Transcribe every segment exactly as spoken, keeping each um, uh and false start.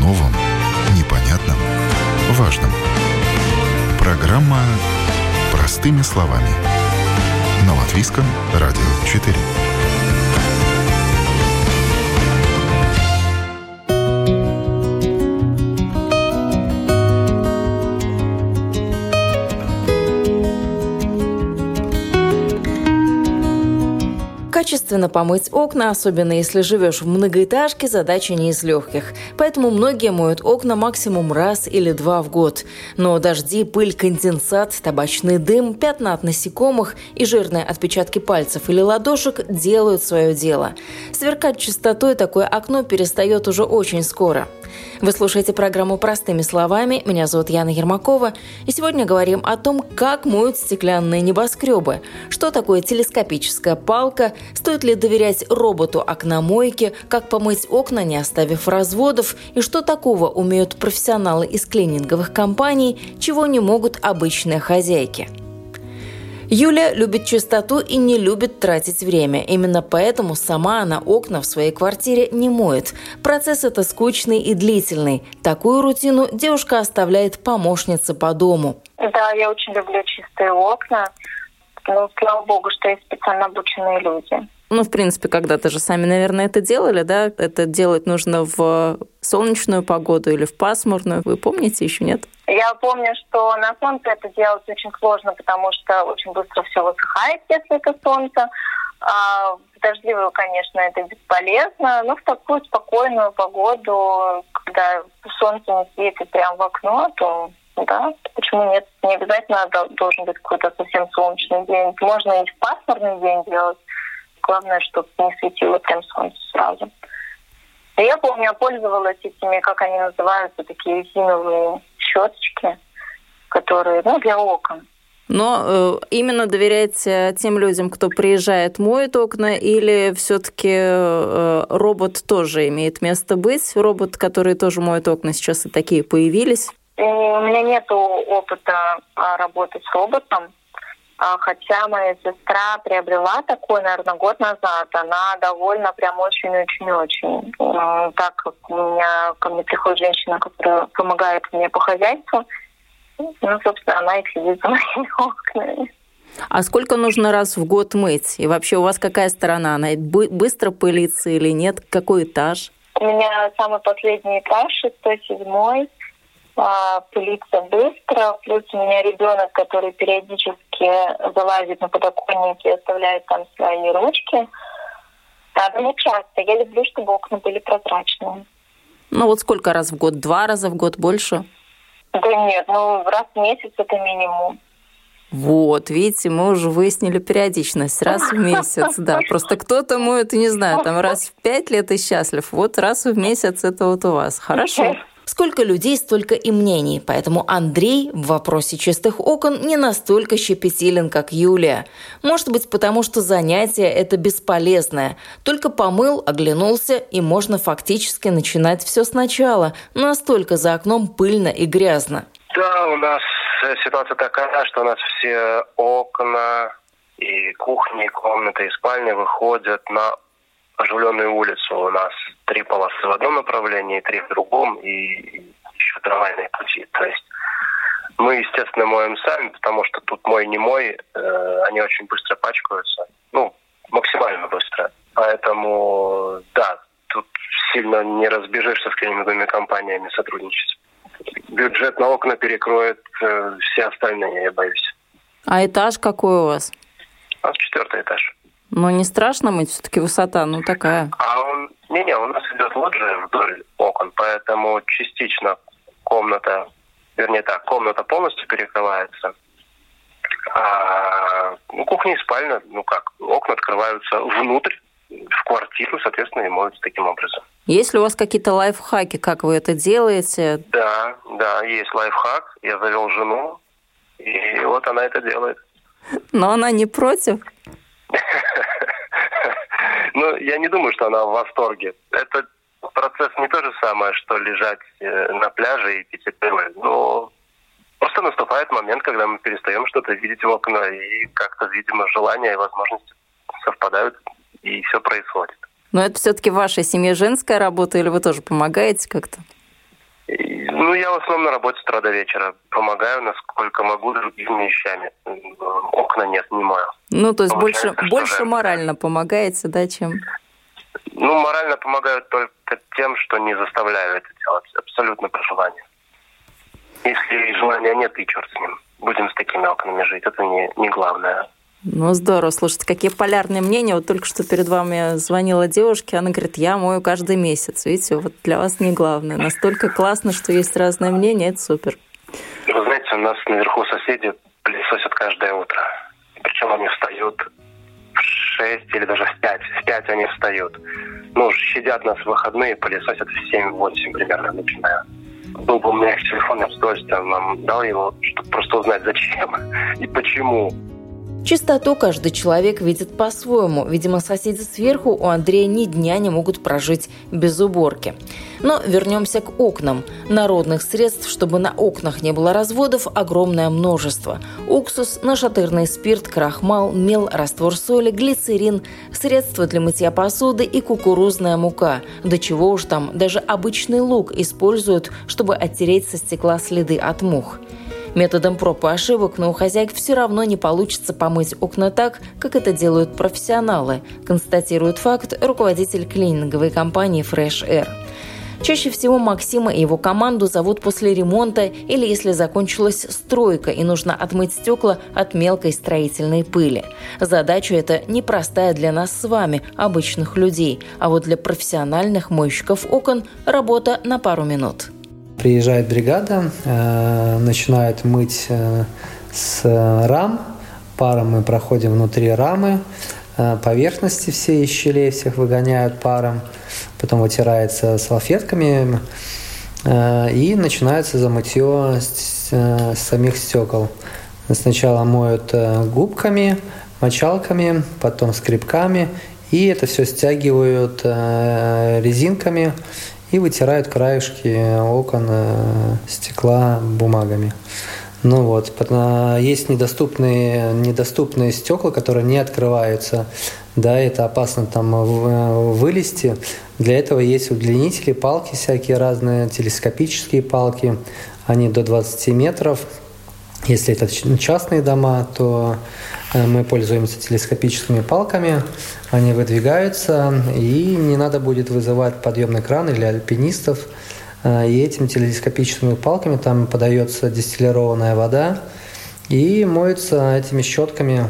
новом, непонятном, важном. Программа «Простыми словами» на Латвийском радио четыре. Качественно помыть окна, особенно если живешь в многоэтажке, задача не из легких. Поэтому многие моют окна максимум раз или два в год. Но дожди, пыль, конденсат, табачный дым, пятна от насекомых и жирные отпечатки пальцев или ладошек делают свое дело. Сверкать чистотой такое окно перестает уже очень скоро. Вы слушаете программу «Простыми словами». Меня зовут Яна Ермакова. И сегодня говорим о том, как моют стеклянные небоскребы. Что такое телескопическая палка? Стоит ли доверять роботу-окномойке? Как помыть окна, не оставив разводов? И что такого умеют профессионалы из клининговых компаний, чего не могут обычные хозяйки? Юля любит чистоту и не любит тратить время. Именно поэтому сама она окна в своей квартире не моет. Процесс это скучный и длительный. Такую рутину девушка оставляет помощнице по дому. Да, я очень люблю чистые окна. Ну, слава богу, что есть специально обученные люди. Ну, в принципе, когда-то же сами, наверное, это делали, да? Это делать нужно в солнечную погоду или в пасмурную. Вы помните еще, нет? Я помню, что на солнце это делать очень сложно, потому что очень быстро все высыхает, если это солнце. А в дождливую, конечно, это бесполезно. Но в такую спокойную погоду, когда солнце не светит прямо в окно, то да, почему нет? Не обязательно должен быть какой-то совсем солнечный день. Можно и в пасмурный день делать. Главное, чтобы не светило прям солнце сразу. И я помню, я пользовалась этими, как они называются, такие резиновые щеточки, которые, ну, для окон. Но э, именно доверяете тем людям, кто приезжает, моет окна, или все-таки э, робот тоже имеет место быть? Робот, который тоже моет окна, сейчас и такие появились. И у меня нет опыта работы с роботом. Хотя моя сестра приобрела такой, наверное, год назад. Она довольна прям очень-очень-очень. Так как у меня ко мне приходит женщина, которая помогает мне по хозяйству, ну, собственно, она и следит за моими окнами. А сколько нужно раз в год мыть? И вообще у вас какая сторона? Она быстро пылится или нет? Какой этаж? У меня самый последний этаж, шестой, седьмой. Пылиться быстро, плюс у меня ребенок, который периодически залазит на подоконник и оставляет там свои ручки. Это не часто. Я люблю, чтобы окна были прозрачные. Ну вот сколько раз в год? Два раза в год больше? Да нет, ну раз в месяц это минимум. Вот, видите, мы уже выяснили периодичность. Раз в месяц, да. Просто кто-то моет, не знаю, там раз в пять лет и счастлив. Вот раз в месяц это вот у вас. Хорошо. Сколько людей, столько и мнений, поэтому Андрей в вопросе чистых окон не настолько щепетилен, как Юлия. Может быть, потому что занятие это бесполезное. Только помыл, оглянулся, и можно фактически начинать все сначала. Настолько за окном пыльно и грязно. Да, у нас ситуация такая, что у нас все окна и кухни, и комнаты, и спальни выходят на оживленную улицу. У нас три полосы в одном направлении, три в другом, и еще трамвайные пути. То есть мы, естественно, моем сами, потому что тут мой не мой, э, они очень быстро пачкаются. Ну, максимально быстро. Поэтому, да, тут сильно не разбежишься с клининговыми компаниями сотрудничать. Бюджет на окна перекроет э, все остальные, я боюсь. А этаж какой у вас? У нас четвертый этаж. Но не страшно мыть, все-таки высота, ну такая. А он, не-не, у нас идет лоджия вдоль окон, поэтому частично комната, вернее так, комната полностью перекрывается. А ну, кухня и спальня, ну как, окна открываются внутрь, в квартиру, соответственно, и моются таким образом. Есть ли у вас какие-то лайфхаки, как вы это делаете? Да, да, есть лайфхак. Я завел жену, и вот она это делает. Но она не против? Ну, я не думаю, что она в восторге. Это процесс не то же самое, что лежать на пляже и пить пиво. Но просто наступает момент, когда мы перестаем что-то видеть в окна, и как-то, видимо, желания и возможности совпадают, и все происходит. Но это все-таки в вашей семье женская работа, или вы тоже помогаете как-то? Ну, я в основном на работе с утра до вечера. Помогаю, насколько могу, другими вещами. Окна нет, не мою. Ну, то есть больше, больше же... морально помогаете, да, чем... Ну, морально помогаю только тем, что не заставляю это делать. Абсолютно по желанию. Если желания нет, и черт с ним. Будем с такими окнами жить. Это не, не главное. Ну, здорово. Слушайте, какие полярные мнения. Вот только что перед вами звонила девушка, она говорит, я мою каждый месяц. Видите, вот для вас не главное. Настолько классно, что есть разные мнения, это супер. Вы знаете, у нас наверху соседи пылесосят каждое утро. Причем они встают в шесть или даже в пять. В пять они встают. Ну, щадят нас в выходные, пылесосят в семь-восемь примерно, начиная. Был бы у меня их телефон, я с удовольствием вам дал его, чтобы просто узнать, зачем и почему. Чистоту каждый человек видит по-своему. Видимо, соседи сверху у Андрея ни дня не могут прожить без уборки. Но вернемся к окнам. Народных средств, чтобы на окнах не было разводов, огромное множество. Уксус, нашатырный спирт, крахмал, мел, раствор соли, глицерин, средства для мытья посуды и кукурузная мука. Да чего уж там, даже обычный лук используют, чтобы оттереть со стекла следы от мух. Методом проб и ошибок, но у хозяек все равно не получится помыть окна так, как это делают профессионалы, констатирует факт руководитель клининговой компании Fresh Air. Чаще всего Максима и его команду зовут после ремонта или если закончилась стройка и нужно отмыть стекла от мелкой строительной пыли. Задача эта непростая для нас с вами, обычных людей, а вот для профессиональных мойщиков окон работа на пару минут. Приезжает бригада, э, начинают мыть э, с рам. Паром мы проходим внутри рамы. Э, поверхности все из щелей всех выгоняют паром. Потом вытирается салфетками. Э, и начинается замытье с, э, с самих стекол. Сначала моют э, губками, мочалками, потом скребками. И это все стягивают э, резинками. И вытирают краешки окон, стекла бумагами. Ну вот, есть недоступные, недоступные стекла, которые не открываются. Да, это опасно там вылезти. Для этого есть удлинители, палки всякие разные, телескопические палки. Они до двадцати метров. Если это частные дома, то мы пользуемся телескопическими палками. Они выдвигаются, и не надо будет вызывать подъемный кран или альпинистов. И этими телескопическими палками там подается дистиллированная вода, и моются этими щетками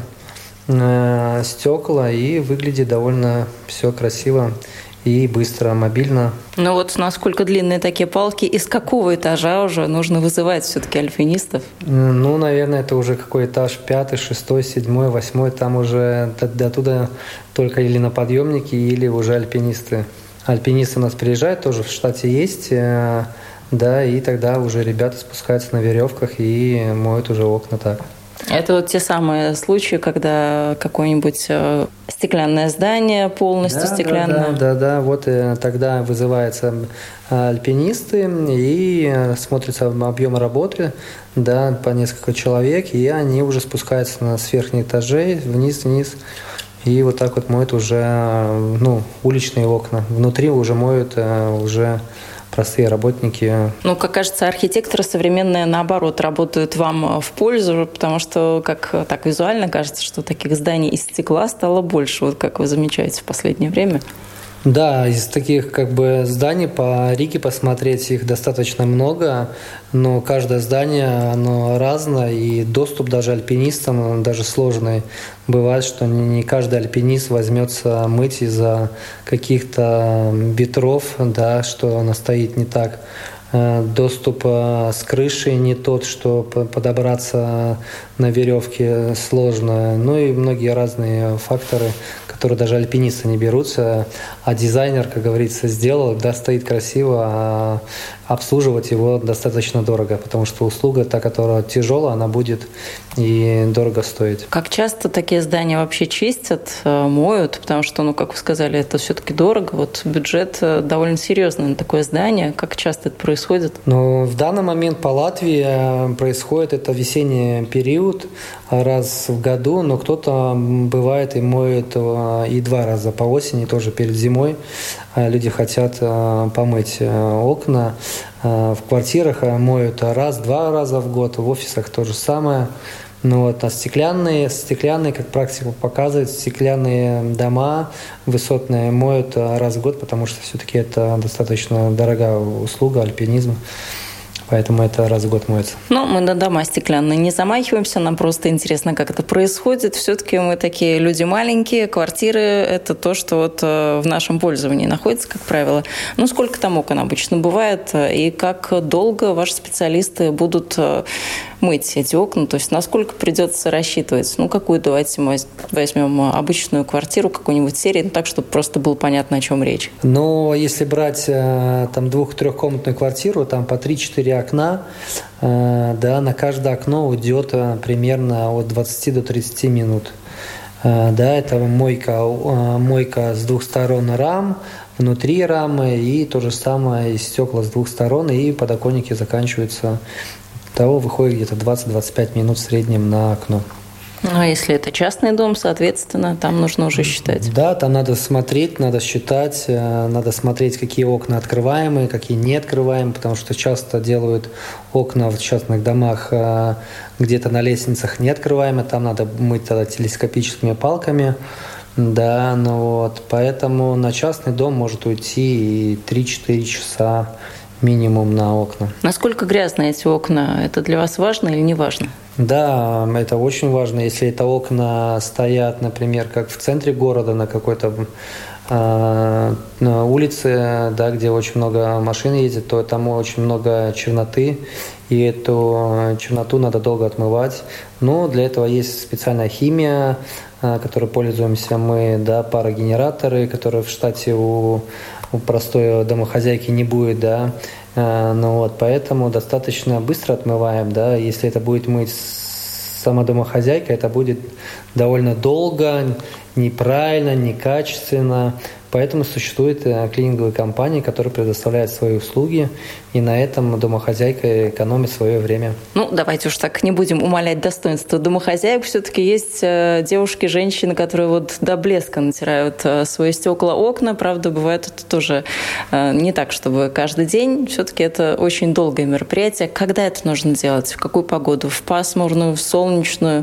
стекла, и выглядит довольно все красиво и быстро, мобильно. Ну вот насколько длинные такие палки, из какого этажа уже нужно вызывать все-таки альпинистов? Ну, наверное, это уже какой этаж, пятый, шестой, седьмой, восьмой, там уже до туда только или на подъемники, или уже альпинисты. Альпинисты у нас приезжают, тоже в штате есть, да, и тогда уже ребята спускаются на веревках и моют уже окна так. Это вот те самые случаи, когда какое-нибудь стеклянное здание полностью да, стеклянное. Да, да, да, да. Вот тогда вызываются альпинисты и смотрится объем работы, да, по несколько человек, и они уже спускаются на с верхних этажей вниз-вниз. И вот так вот моют уже ну, уличные окна. Внутри уже моют уже простые работники. Ну, как кажется, архитекторы современные, наоборот, работают вам в пользу, потому что, как так визуально кажется, что таких зданий из стекла стало больше, вот как вы замечаете в последнее время. Да, из таких как бы зданий по Риге посмотреть их достаточно много, но каждое здание, оно разное, и доступ даже альпинистам, он даже сложный. Бывает, что не каждый альпинист возьмется мыть из-за каких-то ветров, да, что она стоит не так. Доступ с крыши не тот, что подобраться на веревке сложно. Ну и многие разные факторы, которые даже альпинисты не берутся. А дизайнер, как говорится, сделал, да, стоит красиво, а обслуживать его достаточно дорого, потому что услуга, та, которая тяжелая, она будет и дорого стоить. Как часто такие здания вообще чистят, моют? Потому что, ну, как вы сказали, это все-таки дорого. Вот бюджет довольно серьезный на такое здание. Как часто это происходит? Ну, в данный момент по Латвии происходит это весенний период, период раз в году, но кто-то бывает и моет и два раза по осени, тоже перед зимой. Люди хотят помыть окна. В квартирах моют раз-два раза в год, в офисах то же самое. Ну вот, а стеклянные, стеклянные, как практика показывает, стеклянные дома высотные моют раз в год, потому что все-таки это достаточно дорогая услуга альпинизма. Поэтому это раз в год моется. Ну, мы на дома стеклянные не замахиваемся, нам просто интересно, как это происходит. Все-таки мы такие люди маленькие, квартиры – это то, что вот в нашем пользовании находится, как правило. Ну, сколько там окон обычно бывает, и как долго ваши специалисты будут мыть эти окна, то есть насколько придется рассчитывать. Ну, какую, давайте мы возьмем обычную квартиру, какую-нибудь серию, так, чтобы просто было понятно, о чем речь. Но если брать там двух-трехкомнатную квартиру, там по три-четыре окна, да, на каждое окно уйдет примерно от двадцати до тридцати минут. Да, это мойка, мойка с двух сторон рам, внутри рамы, и то же самое и стекла с двух сторон, и подоконники заканчиваются. Того выходит где-то двадцать-двадцать пять минут в среднем на окно. Ну, а если это частный дом, соответственно, там нужно уже считать. Да, там надо смотреть, надо считать, надо смотреть, какие окна открываемые, какие не открываемые, потому что часто делают окна в частных домах где-то на лестницах не открываемые, там надо мыть тогда телескопическими палками. Да, ну вот, поэтому на частный дом может уйти и три-четыре часа минимум на окна. Насколько грязные эти окна? Это для вас важно или не важно? Да, это очень важно. Если это окна стоят, например, как в центре города, на какой-то э, на улице, да, где очень много машин ездит, то там очень много черноты, и эту черноту надо долго отмывать. Но для этого есть специальная химия, э, которой пользуемся мы, да, парогенераторы, которые в штате у у простой домохозяйки не будет, да, ну вот, поэтому достаточно быстро отмываем, да, если это будет мыть сама домохозяйка, это будет довольно долго, неправильно, некачественно, поэтому существуют клининговые компании, которые предоставляют свои услуги, и на этом домохозяйка экономит свое время. Ну, давайте уж так не будем умалять достоинства домохозяек. Все-таки есть девушки, женщины, которые вот до блеска натирают свои стекла, окна. Правда, бывает это тоже не так, чтобы каждый день. Все-таки это очень долгое мероприятие. Когда это нужно делать? В какую погоду? В пасмурную, в солнечную?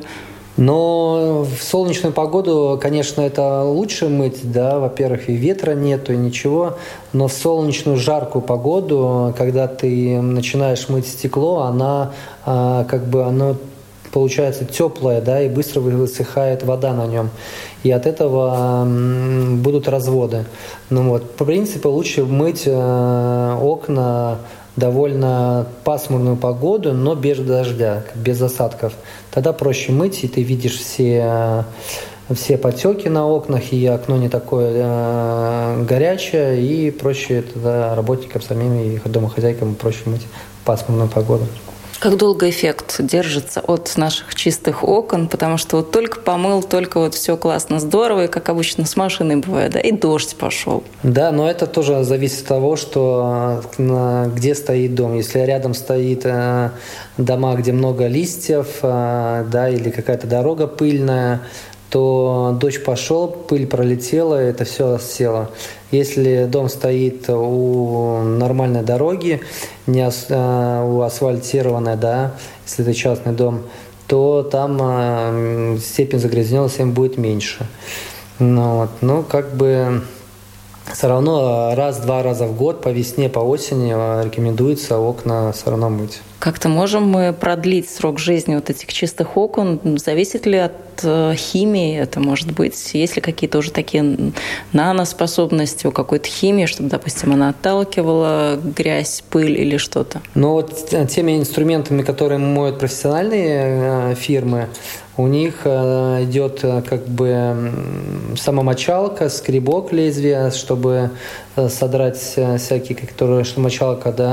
Но в солнечную погоду, конечно, это лучше мыть, да, во-первых, и ветра нету, и ничего, но в солнечную жаркую погоду, когда ты начинаешь мыть стекло, она а, как бы, оно получается теплое, да, и быстро высыхает вода на нем, и от этого м, будут разводы. Ну вот, по принципу, лучше мыть э, окна довольно пасмурную погоду, но без дождя, без осадков. Тогда проще мыть, и ты видишь все, все потеки на окнах, и окно не такое э, горячее, и проще тогда работникам самим и домохозяйкам проще мыть в пасмурную погоду. Как долго эффект держится от наших чистых окон? Потому что вот только помыл, только вот все классно, здорово, и как обычно с машиной бывает, да, и дождь пошел. Да, но это тоже зависит от того, что где стоит дом. Если рядом стоит дома, где много листьев, да, или какая-то дорога пыльная, то дождь пошел, пыль пролетела, это все село. Если дом стоит у нормальной дороги, не ас, у асфальтированной, да, если это частный дом, то там степень загрязненности им будет меньше. Ну, вот, ну как бы все равно раз-два раза в год, по весне, по осени рекомендуется окна все равно мыть. Как-то можем мы продлить срок жизни вот этих чистых окон? Зависит ли от э, химии это, может быть? Есть ли какие-то уже такие наноспособности у какой-то химии, чтобы, допустим, она отталкивала грязь, пыль или что-то? Ну вот теми инструментами, которые моют профессиональные э, фирмы, у них э, идет э, как бы самомочалка, скребок лезвия, чтобы э, содрать э, всякие, которые, что мочалка, да,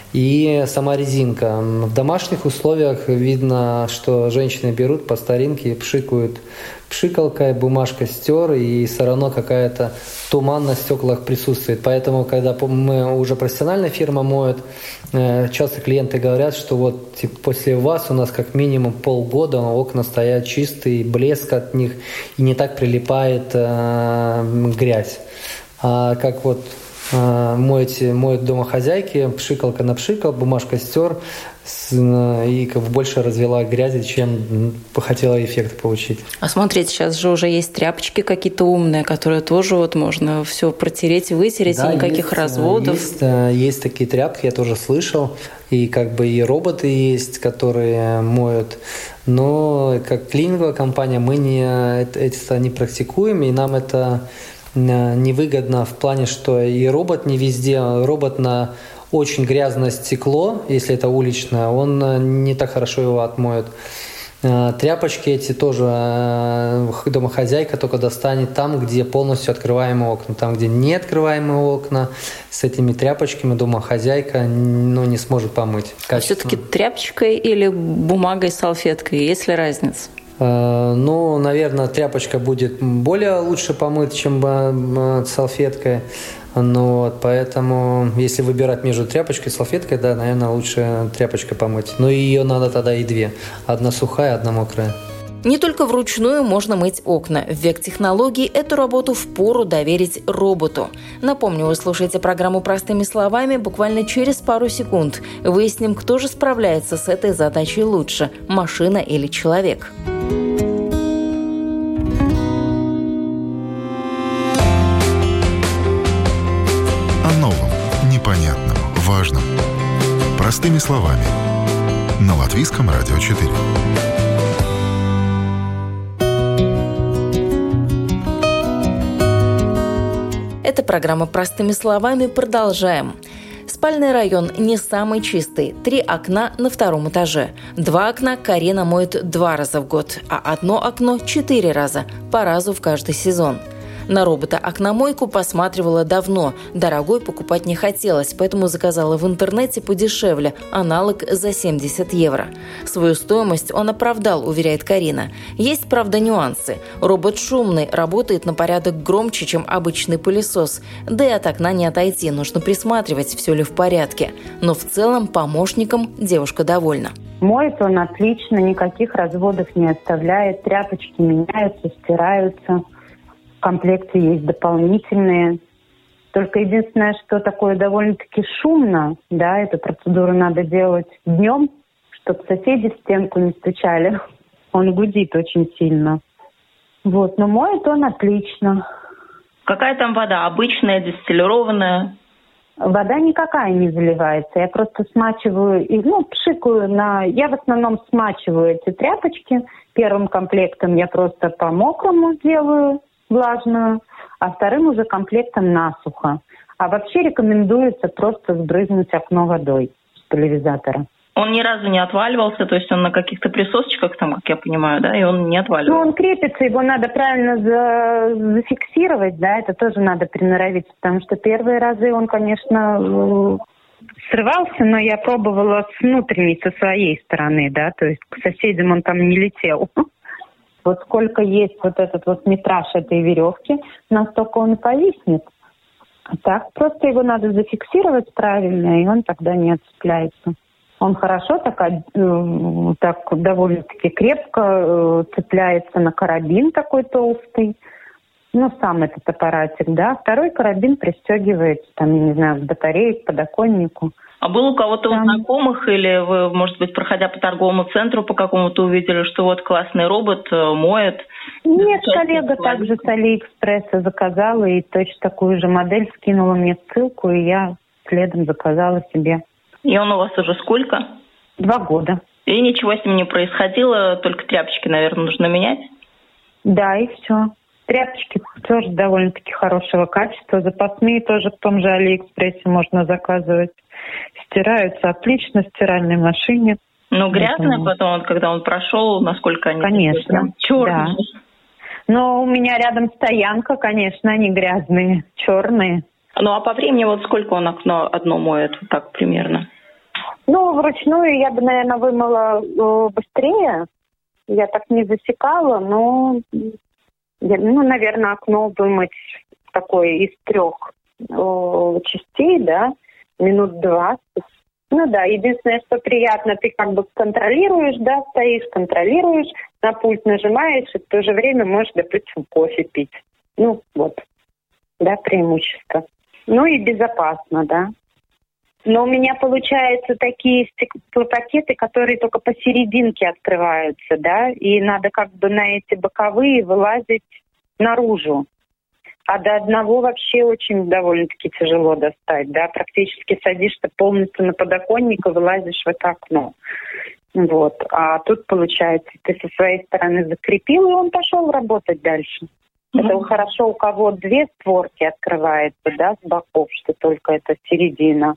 и сама резинка. В домашних условиях видно, что женщины берут по старинке, пшикают пшикалкой, бумажка стер, и все равно какая-то туман на стеклах присутствует. Поэтому, когда мы уже профессиональная фирма моет, часто клиенты говорят, что вот типа, после вас у нас как минимум полгода окна стоят чистые, блеск от них, и не так прилипает э, грязь. А как вот э, моете, моют домохозяйки, пшикалка на пшикал, бумажка стер, и как бы больше развела грязи, чем хотела эффект получить. А смотрите, сейчас же уже есть тряпочки какие-то умные, которые тоже вот можно все протереть, вытереть, да, и никаких есть, разводов. Есть, есть такие тряпки, я тоже слышал, и как бы и роботы есть, которые моют. Но как клининговая компания мы не, это, это не практикуем, и нам это невыгодно в плане, что и робот не везде, робот на очень грязное стекло, если это уличное, он не так хорошо его отмоет. Тряпочки эти тоже домохозяйка только достанет там, где полностью открываемые окна. Там, где не открываемые окна, с этими тряпочками домохозяйка ну, не сможет помыть. А все-таки тряпочкой или бумагой, салфеткой? Есть ли разница? Ну, наверное, тряпочка будет более лучше помыть, чем салфеткой. Ну, вот, поэтому, если выбирать между тряпочкой и салфеткой, да, наверное, лучше тряпочкой помыть. Но ее надо тогда и две. Одна сухая, одна мокрая. Не только вручную можно мыть окна. В век технологий эту работу впору доверить роботу. Напомню, вы слушаете программу «Простыми словами» буквально через пару секунд. Выясним, кто же справляется с этой задачей лучше – машина или человек. О новом, непонятном, важном. Простыми словами. На Латвийском радио четыре. Это программа «Простыми словами». Продолжаем. Спальный район не самый чистый. Три окна на втором этаже. Два окна Карина моет два раза в год, а одно окно – четыре раза, по разу в каждый сезон. На робота-окномойку посматривала давно. Дорогой покупать не хотелось, поэтому заказала в интернете подешевле, аналог за семьдесят евро. Свою стоимость он оправдал, уверяет Карина. Есть, правда, нюансы. Робот шумный, работает на порядок громче, чем обычный пылесос. Да и от окна не отойти, нужно присматривать, все ли в порядке. Но в целом помощником девушка довольна. Моет он отлично, никаких разводов не оставляет, тряпочки меняются, стираются. В комплекте есть дополнительные. Только единственное, что такое довольно-таки шумно, да, эту процедуру надо делать днем, чтобы соседи в стенку не стучали. Он гудит очень сильно. Вот, но моет он отлично. Какая там вода? Обычная, дистиллированная? Вода никакая не заливается. Я просто смачиваю, и, ну, пшикаю на... Я в основном смачиваю эти тряпочки. Первым комплектом я просто по мокрому делаю, влажную, а вторым уже комплектом насухо. А вообще рекомендуется просто сбрызнуть окно водой с пульверизатора. Он ни разу не отваливался, то есть он на каких-то присосочках, там, как я понимаю, да, и он не отваливался? Ну, он крепится, его надо правильно за... зафиксировать, да, это тоже надо приноровиться, потому что первые разы он, конечно, срывался, но я пробовала с внутренней, со своей стороны, да, то есть к соседям он там не летел. Вот сколько есть вот этот вот метраж этой веревки, настолько он и повиснет. Так, просто его надо зафиксировать правильно, и он тогда не отцепляется. Он хорошо так, так довольно-таки крепко цепляется на карабин такой толстый. Ну, сам этот аппаратик, да. Второй карабин пристегивается, там, не знаю, к батарее, к подоконнику. А был у кого-то там... у знакомых, или вы, может быть, проходя по торговому центру по какому-то увидели, что вот классный робот моет? Нет, коллега также с Алиэкспресса заказала, и точно такую же модель скинула мне ссылку, и я следом заказала себе. И он у вас уже сколько? Два года. И ничего с ним не происходило, только тряпочки, наверное, нужно менять? Да, и все. Тряпочки тоже довольно-таки хорошего качества. Запасные тоже в том же Алиэкспрессе можно заказывать. Стираются отлично в стиральной машине. Ну, грязные потом, когда он прошел, насколько они... Конечно, черные. Да. Но у меня рядом стоянка, конечно, они грязные, черные. Ну, а по времени вот сколько он окно одно моет, вот так примерно? Ну, вручную я бы, наверное, вымыла э, быстрее. Я так не засекала, но, я, ну, наверное, окно вымыть такое из трех э, частей, да, минут двадцать. Ну да, единственное, что приятно, ты как бы контролируешь, да, стоишь, контролируешь, на пульт нажимаешь, и в то же время можешь, допустим, кофе пить. Ну, вот, да, преимущество. Ну и безопасно, да. Но у меня получаются такие стеклопакеты, которые только посерединке открываются, да, и надо как бы на эти боковые вылазить наружу. А до одного вообще очень довольно-таки тяжело достать, да, практически садишься полностью на подоконник и вылазишь в это окно. Вот. А тут, получается, ты со своей стороны закрепил, и он пошел работать дальше. Mm-hmm. Это хорошо, у кого две створки открываются, да, с боков, что только это середина.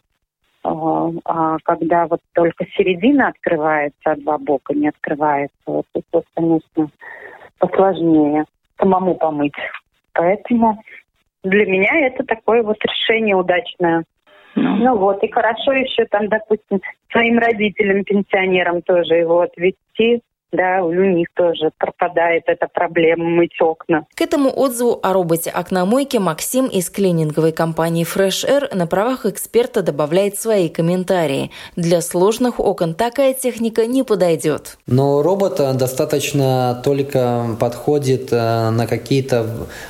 А когда вот только середина открывается, а два бока не открывается, вот это, конечно, посложнее самому помыть. Поэтому для меня это такое вот решение удачное. Ну. ну вот, и хорошо еще там, допустим, своим родителям, пенсионерам тоже его отвезти. Да, у них тоже пропадает эта проблема мыть окна. К этому отзыву о роботе-окномойке Максим из клининговой компании Fresh Air на правах эксперта добавляет свои комментарии. Для сложных окон такая техника не подойдет. Но робот достаточно только подходит на какие-то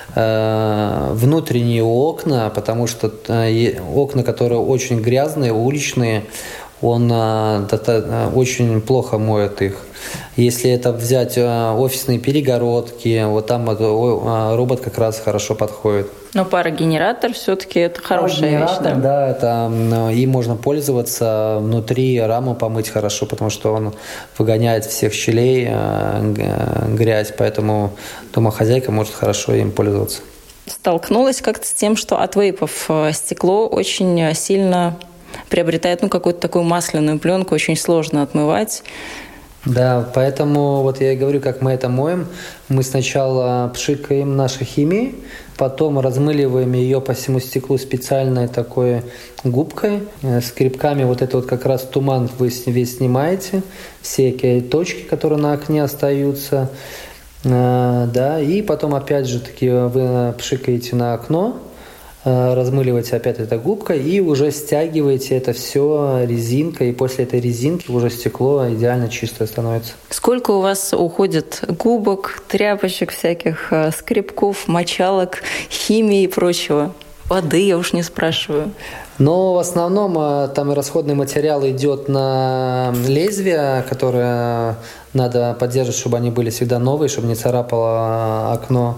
э, внутренние окна, потому что окна, которые очень грязные, уличные, он э, очень плохо моет их. Если это взять э, офисные перегородки, вот там э, робот как раз хорошо подходит. Но парогенератор все-таки это хорошая вещь, да? Да, это, э, им можно пользоваться, внутри раму помыть хорошо, потому что он выгоняет всех щелей э, грязь, поэтому домохозяйка может хорошо им пользоваться. Столкнулась как-то с тем, что от вейпов стекло очень сильно приобретает, ну, какую-то такую масляную пленку, очень сложно отмывать. Да, поэтому вот я и говорю, как мы это моем. Мы сначала пшикаем нашей химией, потом размыливаем ее по всему стеклу специальной такой губкой. Скребками вот это вот как раз туман вы весь снимаете, все эти точки, которые на окне остаются. Да, и потом опять же таки вы пшикаете на окно, размыливаете опять этой губкой и уже стягиваете это все резинкой, и после этой резинки уже стекло идеально чистое становится. Сколько у вас уходит губок, тряпочек всяких, скребков, мочалок, химии и прочего? Воды я уж не спрашиваю. Но в основном там расходный материал идет на лезвия, которые надо поддерживать, чтобы они были всегда новые, чтобы не царапало окно.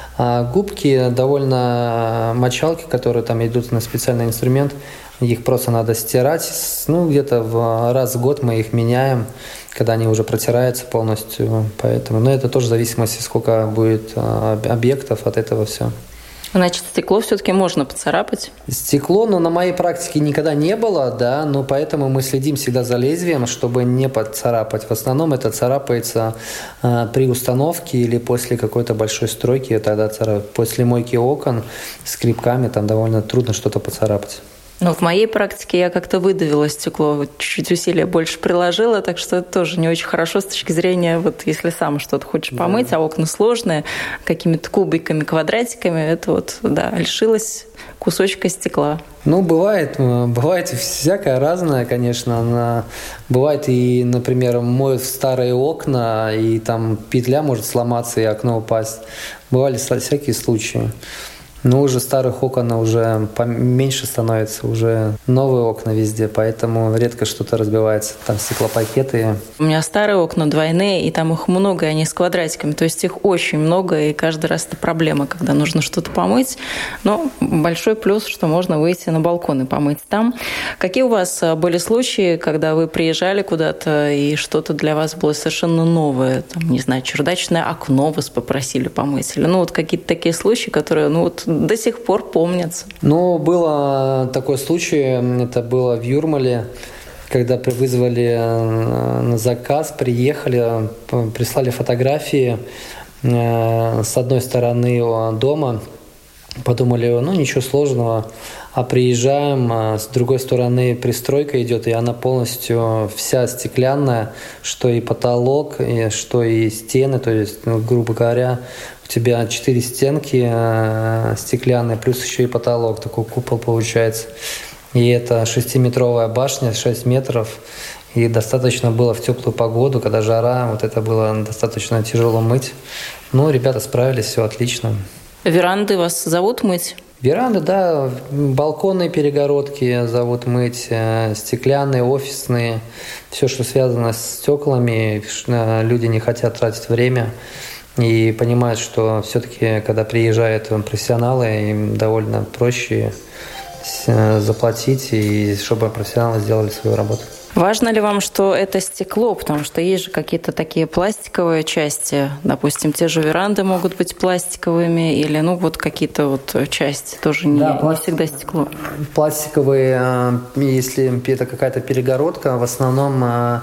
А губки довольно мочалки, которые там идут на специальный инструмент, их просто надо стирать. Ну, где-то в раз в год мы их меняем, когда они уже протираются полностью. Поэтому, но это тоже в зависимости, сколько будет объектов от этого все. Значит, стекло все-таки можно поцарапать? Стекло, но на моей практике никогда не было, да, но поэтому мы следим всегда за лезвием, чтобы не поцарапать. В основном это царапается э, при установке или после какой-то большой стройки, тогда царап... после мойки окон скребками там довольно трудно что-то поцарапать. Но в моей практике я как-то выдавила стекло, чуть-чуть усилия больше приложила, так что это тоже не очень хорошо с точки зрения, вот если сам что-то хочешь помыть, да. А окна сложные, какими-то кубиками, квадратиками, это вот, да, лишилась кусочка стекла. Ну, бывает, бывает всякое разное, конечно. Она, бывает и, например, моют старые окна, и там петля может сломаться, и окно упасть. Бывали всякие случаи. Но уже старых окон уже поменьше становится, уже новые окна везде, поэтому редко что-то разбивается. Там стеклопакеты. У меня старые окна двойные, и там их много, и они с квадратиками. То есть их очень много, и каждый раз это проблема, когда нужно что-то помыть. Но большой плюс, что можно выйти на балкон и помыть там. Какие у вас были случаи, когда вы приезжали куда-то, и что-то для вас было совершенно новое? Там, не знаю, чердачное окно вас попросили помыть? Или ну вот какие-то такие случаи, которые, ну вот, до сих пор помнятся. Ну, было такой случай, это было в Юрмале, когда вызвали на заказ, приехали, прислали фотографии с одной стороны дома, Подумали, ну ничего сложного, а приезжаем, а с другой стороны пристройка идет, и она полностью вся стеклянная, что и потолок, и, что и стены, то есть, ну, грубо говоря, у тебя четыре стенки э, стеклянные, плюс еще и потолок, такой купол получается. И это шестиметровая башня, шесть метров, и достаточно было в теплую погоду, когда жара, вот это было достаточно тяжело мыть. Но ребята справились, все отлично. Веранды вас зовут мыть? Веранды, да, балконные перегородки зовут мыть, стеклянные, офисные, все, что связано с стеклами. Люди не хотят тратить время и понимают, что все-таки, когда приезжают профессионалы, им довольно проще заплатить, и чтобы профессионалы сделали свою работу. Важно ли вам, что это стекло? Потому что есть же какие-то такие пластиковые части. Допустим, те же веранды могут быть пластиковыми, или ну вот какие-то вот части тоже не, да, пластик... не всегда стекло. Пластиковые, если это какая-то перегородка, в основном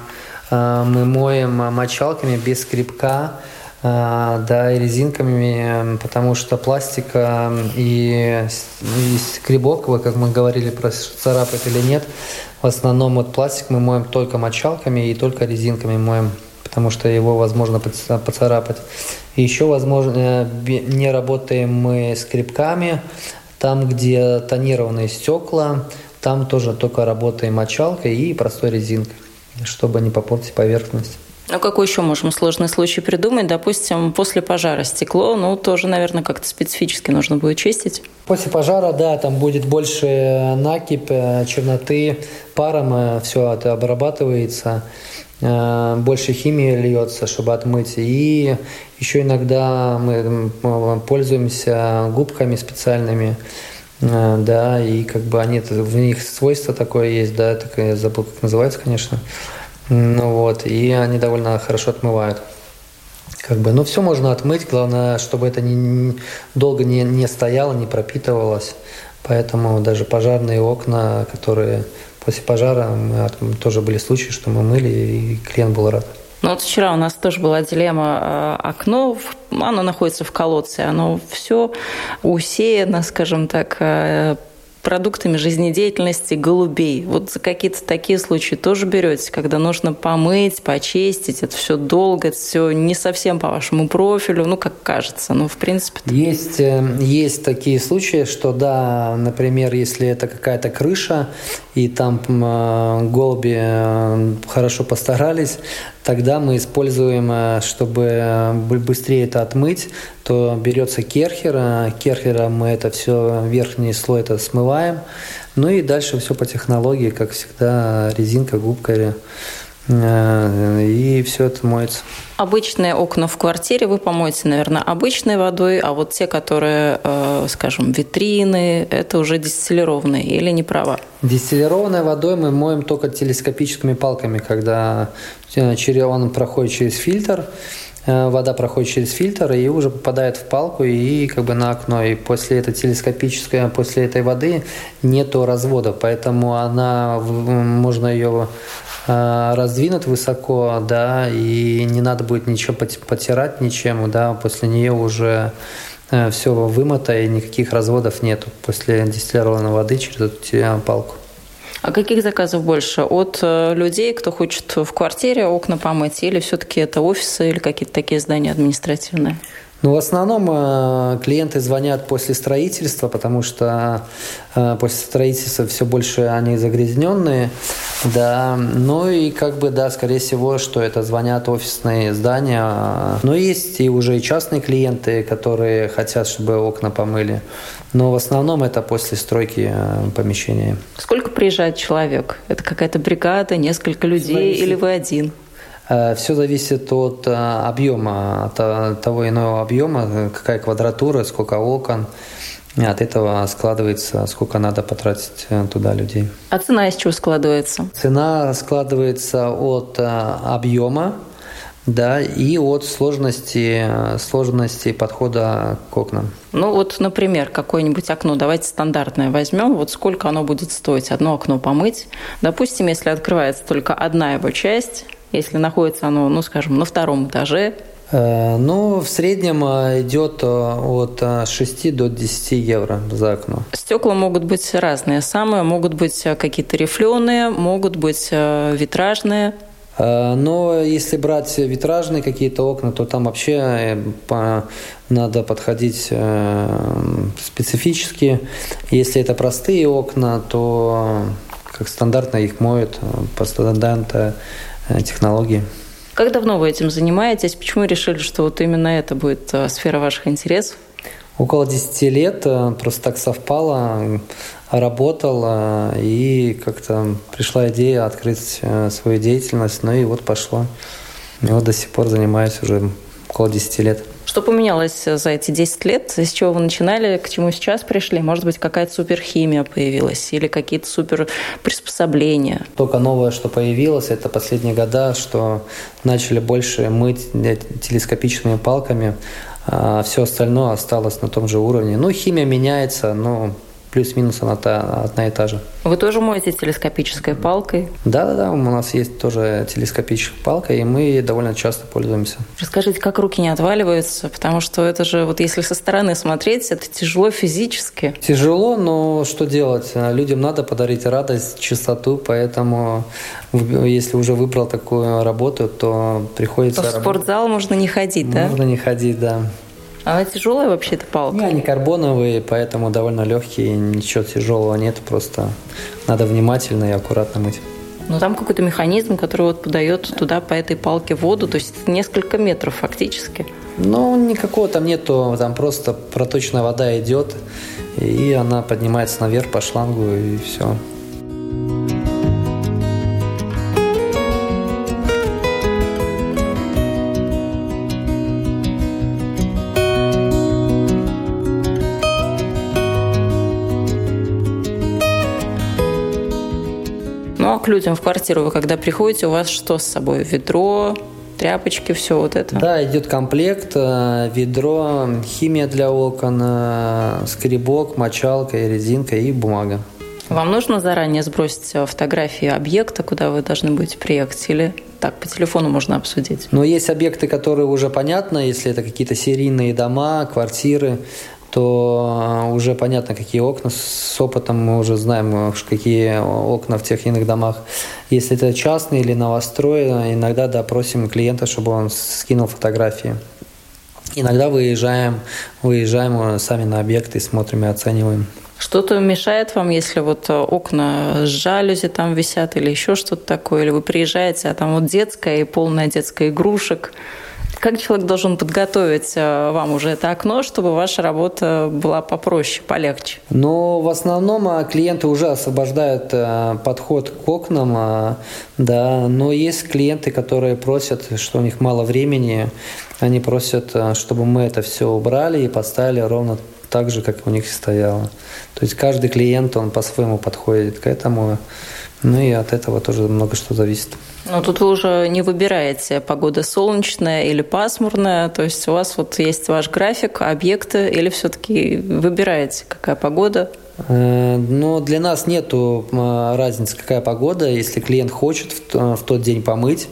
мы моем мочалками без скребка, да, и резинками, потому что пластика и, и скребок, как мы говорили, про царапать или нет, в основном вот пластик мы моем только мочалками и только резинками моем, потому что его возможно поцарапать. И еще, возможно, не работаем мы скребками, там, где тонированные стекла, там тоже только работаем мочалкой и простой резинкой, чтобы не попортить поверхность. А какой еще можем сложный случай придумать? Допустим, после пожара стекло, ну, тоже, наверное, как-то специфически нужно будет чистить. После пожара, да, там будет больше накипь, черноты, паром, все это обрабатывается, больше химии льется, чтобы отмыть. И еще иногда мы пользуемся губками специальными, да, и как бы они, в них свойство такое есть, да, так я забыл, как называется, конечно. Ну вот, и они довольно хорошо отмывают. Как бы, ну, все можно отмыть, главное, чтобы это не, не, долго не, не стояло, не пропитывалось. Поэтому даже пожарные окна, которые после пожара, мы, тоже были случаи, что мы мыли, и клиент был рад. Ну вот вчера у нас тоже была дилемма. Окно, оно находится в колодце, оно все усеяно, скажем так, продуктами жизнедеятельности голубей. Вот за какие-то такие случаи тоже берете, когда нужно помыть, почистить, это все долго, это все не совсем по вашему профилю, ну, как кажется, ну, в принципе. Есть, есть такие случаи, что, да, например, если это какая-то крыша, и там голуби хорошо постарались, тогда мы используем, чтобы быстрее это отмыть, то берется керхер, керхером мы это все, верхний слой это смываем, ну и дальше все по технологии, как всегда, резинка, губка, и все это моется. Обычные окна в квартире вы помоете, наверное, обычной водой, а вот те, которые, скажем, витрины, это уже дистиллированные или не права? Дистиллированной водой мы моем только телескопическими палками, когда он проходит через фильтр, вода проходит через фильтр и уже попадает в палку и как бы на окно. И после этой телескопической, после этой воды нету развода, поэтому она, можно ее раздвинуть высоко, да, и не надо будет ничего потирать ничем, да, после нее уже все вымыто и никаких разводов нету после дистиллированной воды через эту палку. А каких заказов больше? От людей, кто хочет в квартире окна помыть, или все-таки это офисы или какие-то такие здания административные? Ну, в основном клиенты звонят после строительства, потому что после строительства все больше они загрязненные, да. Ну и как бы, да, скорее всего, что это звонят офисные здания. Но есть и уже и частные клиенты, которые хотят, чтобы окна помыли. Но в основном это после стройки помещения. Сколько приезжает человек? Это какая-то бригада, несколько людей, зависит, или вы один? Все зависит от объема, от того иного объема, какая квадратура, сколько окон. От этого складывается, сколько надо потратить туда людей. А цена из чего складывается? Цена складывается от объема, да, и от сложности, сложности подхода к окнам. Ну вот, например, какое-нибудь окно, давайте стандартное возьмем, вот сколько оно будет стоить, одно окно помыть. Допустим, если открывается только одна его часть, если находится оно, ну, скажем, на втором этаже. Ну, в среднем идет от шести до десяти евро за окно. Стекла могут быть разные. Самые могут быть какие-то рифленые, могут быть витражные. Но если брать витражные какие-то окна, то там вообще надо подходить специфически. Если это простые окна, то как стандартно их моют по стандартной технологии. Как давно вы этим занимаетесь? Почему решили, что вот именно это будет сфера ваших интересов? Около десяти лет, просто так совпало, работал, и как-то пришла идея открыть свою деятельность, ну и вот пошло. И вот до сих пор занимаюсь уже около десяти лет. Что поменялось за эти десять лет? С чего вы начинали, к чему сейчас пришли? Может быть, какая-то суперхимия появилась или какие-то супер приспособления? Только новое, что появилось, это последние года, что начали больше мыть телескопическими палками, а все остальное осталось на том же уровне. Ну, химия меняется, но плюс-минус она та, одна и та же. Вы тоже моете телескопической палкой? Да-да-да, у нас есть тоже телескопическая палка, и мы довольно часто пользуемся. Расскажите, как руки не отваливаются? Потому что это же, вот если со стороны смотреть, это тяжело физически. Тяжело, но что делать? Людям надо подарить радость, чистоту, поэтому если уже выбрал такую работу, то приходится... То в спортзал можно не ходить, да? Можно не ходить, да. Она тяжелая вообще, эта палка? Не, они карбоновые, поэтому довольно легкие, ничего тяжелого нет, просто надо внимательно и аккуратно мыть. Но там какой-то механизм, который вот подает туда по этой палке воду, то есть это несколько метров фактически. Ну, никакого там нету, там просто проточная вода идет, и она поднимается наверх по шлангу, и все. Ну, а к людям в квартиру вы когда приходите, у вас что с собой? Ведро, тряпочки, все вот это? Да, идет комплект, ведро, химия для окон, скребок, мочалка, и резинка и бумага. Вам нужно заранее сбросить фотографии объекта, куда вы должны будете приехать, или так по телефону можно обсудить? Но есть объекты, которые уже понятно, если это какие-то серийные дома, квартиры, то уже понятно, какие окна. С опытом мы уже знаем, какие окна в тех или иных домах. Если это частные или новострой, иногда допросим клиента, чтобы он скинул фотографии. Иногда выезжаем, выезжаем сами на объекты, смотрим и оцениваем. Что-то мешает вам, если вот окна с жалюзи там висят или еще что-то такое, или вы приезжаете, а там вот детская и полная детская игрушек? Как человек должен подготовить вам уже это окно, чтобы ваша работа была попроще, полегче? Ну, в основном клиенты уже освобождают подход к окнам, да, но есть клиенты, которые просят, что у них мало времени, они просят, чтобы мы это все убрали и поставили ровно так же, как у них стояло. То есть каждый клиент, он по-своему подходит к этому, ну и от этого тоже много что зависит. Но тут вы уже не выбираете, погода солнечная или пасмурная, то есть у вас вот есть ваш график, объекты, или все-таки выбираете, какая погода? Но для нас нету разницы, какая погода. Если клиент хочет в тот день помыть,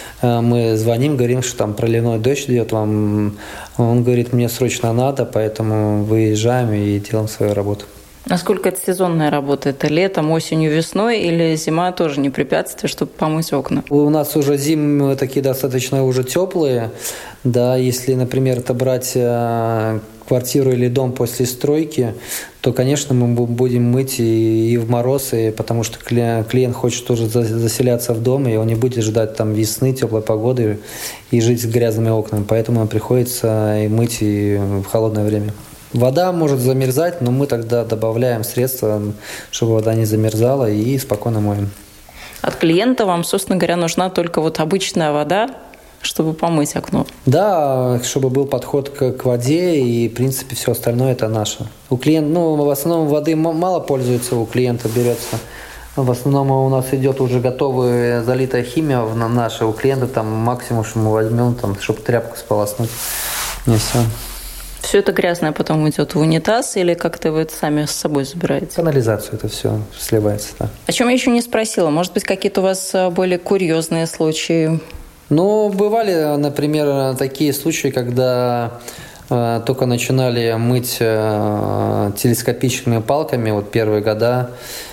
мы звоним, говорим, что там проливной дождь идет, вам, он говорит, мне срочно надо, поэтому выезжаем и делаем свою работу. Насколько это сезонная работа? Это летом, осенью, весной или зима тоже не препятствие, чтобы помыть окна? У нас уже зимы такие достаточно уже теплые. Да, если, например, это брать квартиру или дом после стройки, то, конечно, мы будем мыть и, и в мороз, и потому что клиент хочет тоже заселяться в дом, и он не будет ждать там весны, теплой погоды и жить с грязными окнами. Поэтому нам приходится и мыть и в холодное время. Вода может замерзать, но мы тогда добавляем средства, чтобы вода не замерзала, и спокойно моем. От клиента вам, собственно говоря, нужна только вот обычная вода, чтобы помыть окно? Да, чтобы был подход к, к воде, и, в принципе, все остальное это наше. У клиента, ну, в основном воды мало пользуется, у клиента берется. В основном у нас идет уже готовая залитая химия наша. У клиента там максимум, что мы возьмем, там, чтобы тряпку сполоснуть. И все. Все это грязное потом идет в унитаз или как-то вы это сами с собой забираете? В канализацию это все сливается, да. О чем я еще не спросила? Может быть, какие-то у вас более курьезные случаи? Ну, бывали, например, такие случаи, когда э, только начинали мыть э, телескопическими палками, вот первые года,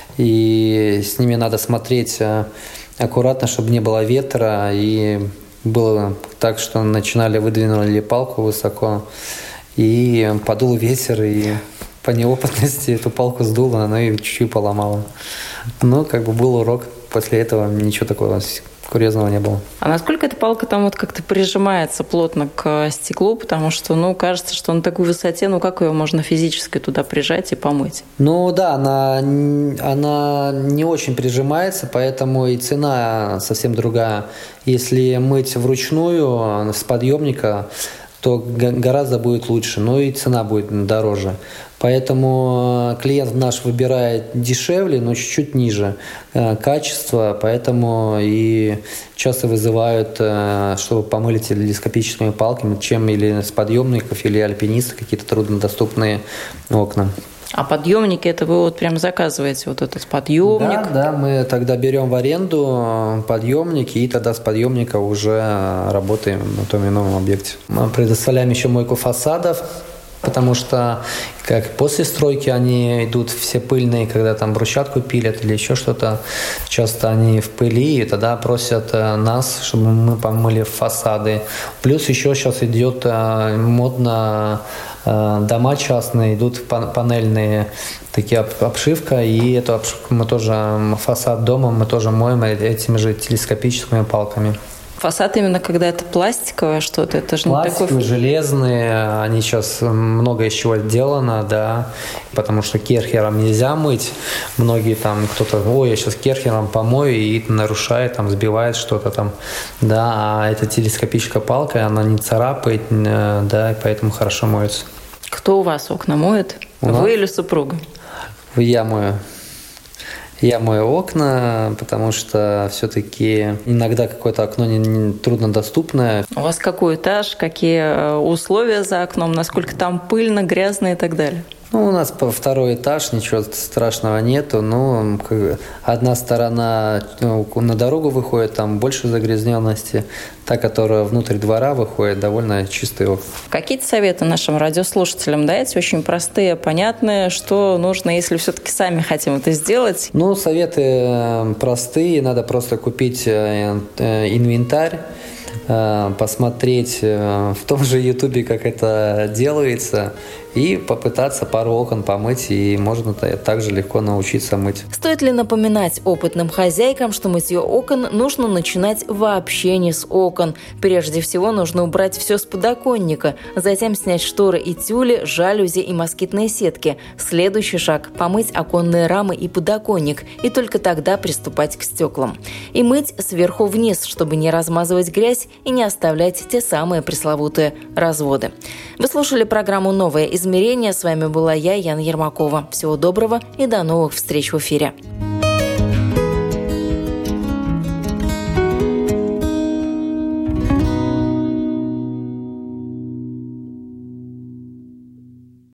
и с ними надо смотреть э, аккуратно, чтобы не было ветра, и было так, что начинали, выдвинули палку высоко, и подул ветер, и по неопытности эту палку сдуло, она ее чуть-чуть поломала. Ну, как бы был урок. После этого ничего такого курьезного не было. А насколько эта палка там вот как-то прижимается плотно к стеклу? Потому что, ну, кажется, что на такой высоте, ну, как ее можно физически туда прижать и помыть? Ну, да, она, она не очень прижимается, поэтому и цена совсем другая. Если мыть вручную с подъемника, то гораздо будет лучше, но и цена будет дороже. Поэтому клиент наш выбирает дешевле, но чуть-чуть ниже качество, поэтому и часто вызывают, чтобы помыли телескопическими палками, чем или с подъемников, или альпинисты, какие-то труднодоступные окна. А подъемники, это вы вот прям заказываете вот этот подъемник? Да, да, мы тогда берем в аренду подъемники, и тогда с подъемника уже работаем на том или ином объекте. Мы предоставляем еще мойку фасадов, потому что как после стройки они идут все пыльные, когда там брусчатку пилят или еще что-то. Часто они в пыли, и тогда просят нас, чтобы мы помыли фасады. Плюс еще сейчас идет модно, дома частные, идут панельные, такие обшивка, и эту обшивку мы тоже, фасад дома мы тоже моем этими же телескопическими палками. Фасад именно когда это пластиковое что-то, это же пластиковые, не такой... железные, они сейчас много из чего сделано, да, потому что керхером нельзя мыть. Многие там, кто-то, ой, я сейчас керхером помою, и нарушает, там, сбивает что-то там, да, а эта телескопическая палка, она не царапает, да, поэтому хорошо моется. Кто у вас окна моет? У Вы нас? Или супруга? Я мою. Я мою окна, потому что все-таки иногда какое-то окно не, не труднодоступное. У вас какой этаж, какие условия за окном, насколько там пыльно, грязно и так далее? Ну, у нас второй этаж, ничего страшного нету. Ну, одна сторона ну, на дорогу выходит, там больше загрязненности. Та, которая внутрь двора выходит, довольно чистый окна. Какие-то советы нашим радиослушателям даете? Очень простые, понятные, что нужно, если все-таки сами хотим это сделать? Ну, советы простые. Надо просто купить инвентарь, посмотреть в том же Ютубе, как это делается, и попытаться пару окон помыть, и можно также легко научиться мыть. Стоит ли напоминать опытным хозяйкам, что мытье окон нужно начинать вообще не с окон? Прежде всего нужно убрать все с подоконника, затем снять шторы и тюли, жалюзи и москитные сетки. Следующий шаг – помыть оконные рамы и подоконник, и только тогда приступать к стеклам. И мыть сверху вниз, чтобы не размазывать грязь и не оставлять те самые пресловутые разводы. Вы слушали программу «Новое измерение». С вами была я, Яна Ермакова. Всего доброго и до новых встреч в эфире.